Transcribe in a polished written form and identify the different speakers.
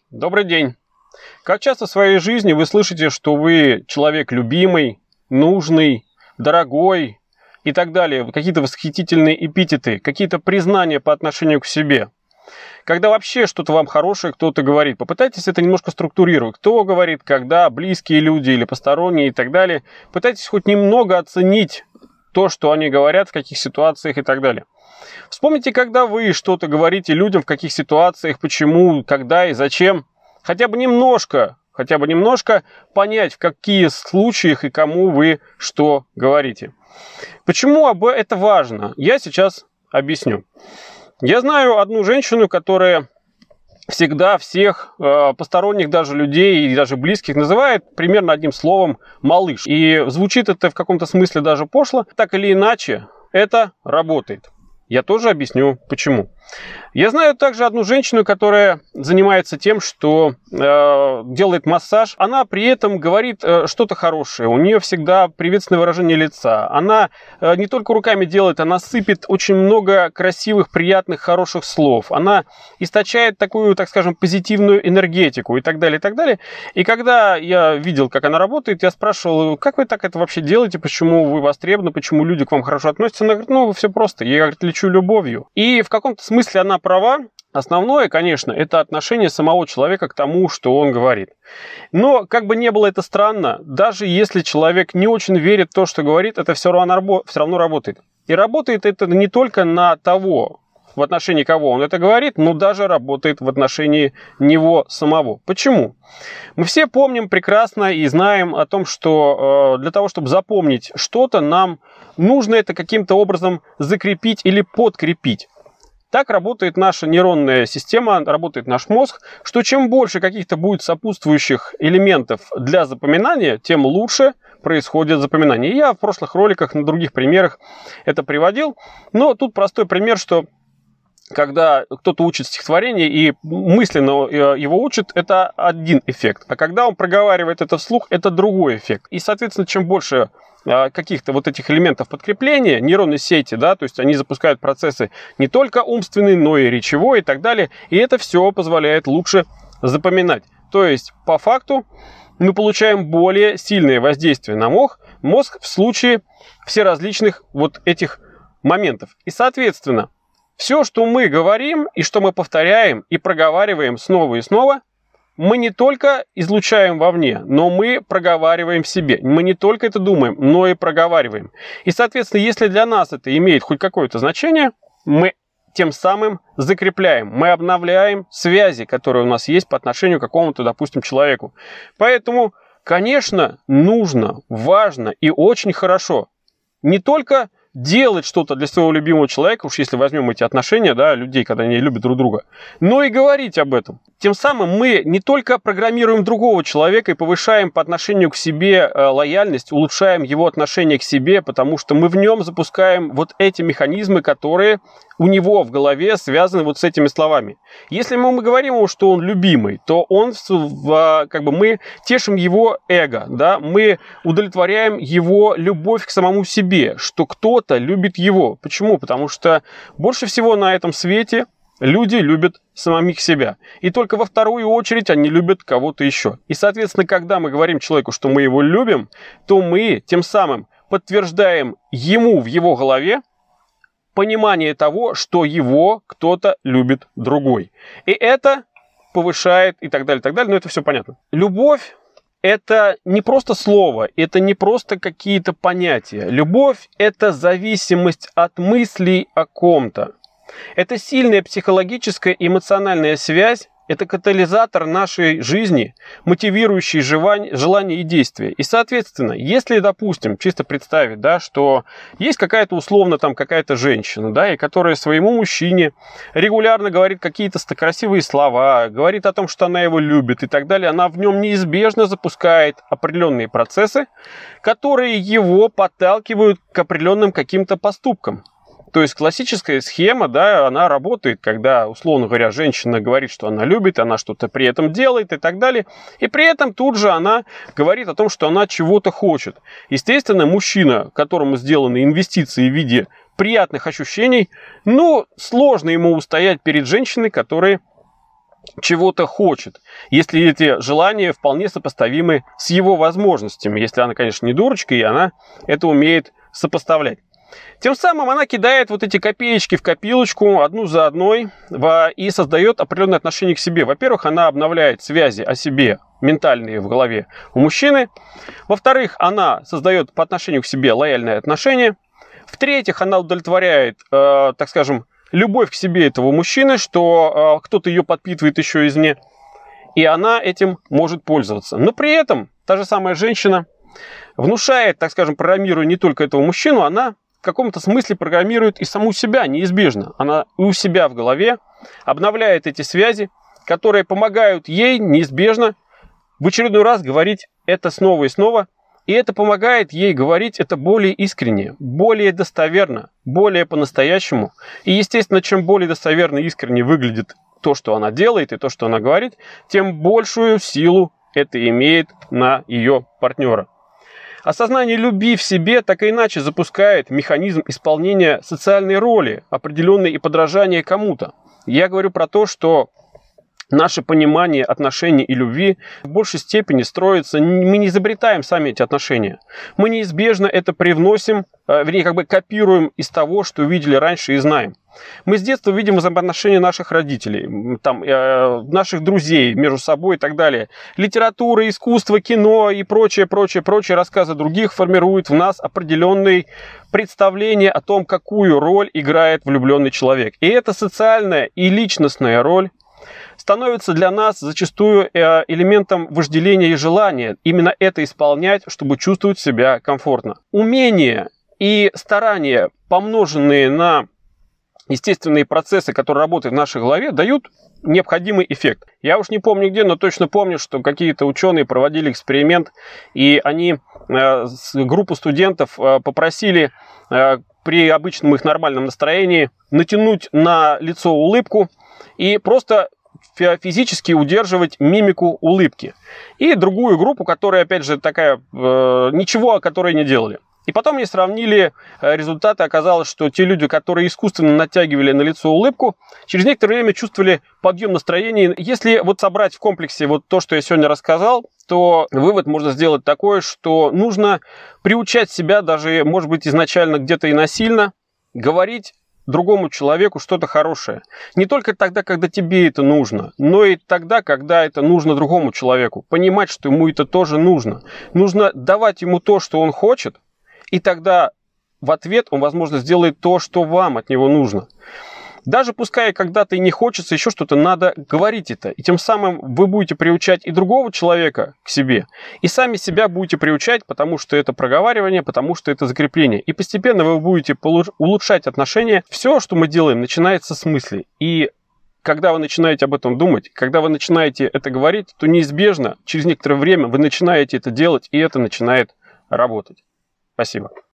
Speaker 1: Добрый день. Как часто в своей жизни вы слышите, что вы человек любимый, нужный, дорогой и так далее? Какие-то восхитительные эпитеты, какие-то признания по отношению к себе. Когда вообще что-то вам хорошее кто-то говорит, попытайтесь это немножко структурировать. Кто говорит, когда, близкие люди или посторонние и так далее. Пытайтесь хоть немного оценить то, что они говорят, в каких ситуациях и так далее. Вспомните, когда вы что-то говорите людям, в каких ситуациях, почему, когда и зачем. Хотя бы немножко понять, в каких случаях и кому вы что говорите. Почему это важно? Я сейчас объясню. Я знаю одну женщину, которая всегда всех посторонних даже людей и даже близких называет примерно одним словом «малыш». И звучит это в каком-то смысле даже пошло. Так или иначе, это работает. Я тоже объясню, почему. Я знаю также одну женщину, которая занимается тем, что делает массаж. Она при этом говорит что-то хорошее. У нее всегда приветственное выражение лица. Она не только руками делает, она сыпет очень много красивых, приятных, хороших слов. Она источает такую, так скажем, позитивную энергетику и так далее, и так далее. И когда я видел, как она работает, я спрашивал, как вы так это вообще делаете, почему вы востребованы, почему люди к вам хорошо относятся. Она говорит, все просто, я, говорит, лечу любовью. И в каком-то смысле она права. Основное, конечно, это отношение самого человека к тому, что он говорит. Но, как бы ни было это странно, даже если человек не очень верит в то, что говорит, это все равно работает. И работает это не только на того, в отношении кого он это говорит, но даже работает в отношении него самого. Почему? Мы все помним прекрасно и знаем о том, что для того, чтобы запомнить что-то, нам нужно это каким-то образом закрепить или подкрепить. Так работает наша нейронная система, работает наш мозг, что чем больше каких-то будет сопутствующих элементов для запоминания, тем лучше происходит запоминание. И я в прошлых роликах на других примерах это приводил, но тут простой пример, что когда кто-то учит стихотворение и мысленно его учит, это один эффект. А когда он проговаривает это вслух, это другой эффект. И, соответственно, чем больше каких-то вот этих элементов подкрепления, нейронной сети, да, то есть они запускают процессы не только умственные, но и речевой и так далее. И это все позволяет лучше запоминать. То есть, по факту, мы получаем более сильное воздействие на мозг в случае всеразличных вот этих моментов. И, соответственно, все, что мы говорим и что мы повторяем и проговариваем снова и снова, мы не только излучаем вовне, но мы проговариваем в себе. Мы не только это думаем, но и проговариваем. И, соответственно, если для нас это имеет хоть какое-то значение, мы тем самым закрепляем, мы обновляем связи, которые у нас есть по отношению к какому-то, допустим, человеку. Поэтому, конечно, нужно, важно и очень хорошо не только делать что-то для своего любимого человека, уж если возьмем эти отношения, да, людей, когда они любят друг друга, но и говорить об этом. Тем самым мы не только программируем другого человека и повышаем по отношению к себе лояльность, улучшаем его отношение к себе, потому что мы в нем запускаем вот эти механизмы, которые у него в голове связаны вот с этими словами. Если мы говорим ему, что он любимый, то мы тешим его эго, да, мы удовлетворяем его любовь к самому себе, что кто-то любит его. Почему? Потому что больше всего на этом свете люди любят самих себя. И только во вторую очередь они любят кого-то еще. И, соответственно, когда мы говорим человеку, что мы его любим, то мы тем самым подтверждаем ему в его голове понимание того, что его кто-то любит другой. И это повышает и так далее, но это все понятно. Любовь – это не просто слово, это не просто какие-то понятия. Любовь – это зависимость от мыслей о ком-то. Это сильная психологическая и эмоциональная связь, это катализатор нашей жизни, мотивирующий желания и действия. И, соответственно, если, допустим, чисто представить, да, что есть какая-то условно там какая-то женщина, да, и которая своему мужчине регулярно говорит какие-то красивые слова, говорит о том, что она его любит и так далее, она в нем неизбежно запускает определенные процессы, которые его подталкивают к определенным каким-то поступкам. То есть классическая схема, да, она работает, когда, условно говоря, женщина говорит, что она любит, она что-то при этом делает и так далее. И при этом тут же она говорит о том, что она чего-то хочет. Естественно, мужчина, которому сделаны инвестиции в виде приятных ощущений, сложно ему устоять перед женщиной, которая чего-то хочет, если эти желания вполне сопоставимы с его возможностями, если она, конечно, не дурочка, и она это умеет сопоставлять. Тем самым она кидает вот эти копеечки в копилочку одну за одной и создает определенное отношение к себе. Во-первых, она обновляет связи о себе ментальные в голове у мужчины. Во-вторых, она создает по отношению к себе лояльное отношение. В-третьих, она удовлетворяет, так скажем, любовь к себе этого мужчины, что кто-то ее подпитывает еще извне, и она этим может пользоваться. Но при этом та же самая женщина внушает, так скажем, программируя не только этого мужчину, она в каком-то смысле программирует и саму себя неизбежно. Она и у себя в голове обновляет эти связи, которые помогают ей неизбежно в очередной раз говорить это снова и снова. И это помогает ей говорить это более искренне, более достоверно, более по-настоящему. И, естественно, чем более достоверно и искренне выглядит то, что она делает, и то, что она говорит, тем большую силу это имеет на ее партнера. Осознание любви в себе так и иначе запускает механизм исполнения социальной роли, определенной и подражания кому-то. Я говорю про то, что наше понимание отношений и любви в большей степени строится, мы не изобретаем сами эти отношения. Мы неизбежно это привносим, вернее, как бы копируем из того, что видели раньше и знаем. Мы с детства видим взаимоотношения наших родителей, там, наших друзей между собой и так далее. Литература, искусство, кино и прочее рассказы других формируют в нас определенные представления о том, какую роль играет влюбленный человек. И эта социальная и личностная роль становится для нас зачастую элементом вожделения и желания именно это исполнять, чтобы чувствовать себя комфортно. Умения и старания, помноженные на естественные процессы, которые работают в нашей голове, дают необходимый эффект. Я уж не помню где, но точно помню, что какие-то ученые проводили эксперимент, и они группу студентов попросили при обычном их нормальном настроении натянуть на лицо улыбку и просто физически удерживать мимику улыбки. И другую группу, которая, опять же, такая, ничего, которой не делали. И потом они сравнили результаты. Оказалось, что те люди, которые искусственно натягивали на лицо улыбку, через некоторое время чувствовали подъем настроения. Если вот собрать в комплексе вот то, что я сегодня рассказал, то вывод можно сделать такой, что нужно приучать себя, даже, может быть, изначально где-то и насильно, говорить другому человеку что-то хорошее. Не только тогда, когда тебе это нужно, но и тогда, когда это нужно другому человеку. Понимать, что ему это тоже нужно. Нужно давать ему то, что он хочет, и тогда в ответ он, возможно, сделает то, что вам от него нужно. Даже пускай когда-то и не хочется еще что-то, надо говорить это. И тем самым вы будете приучать и другого человека к себе, и сами себя будете приучать, потому что это проговаривание, потому что это закрепление. И постепенно вы будете улучшать отношения. Все, что мы делаем, начинается с мыслей. И когда вы начинаете об этом думать, когда вы начинаете это говорить, то неизбежно через некоторое время вы начинаете это делать, и это начинает работать. Спасибо.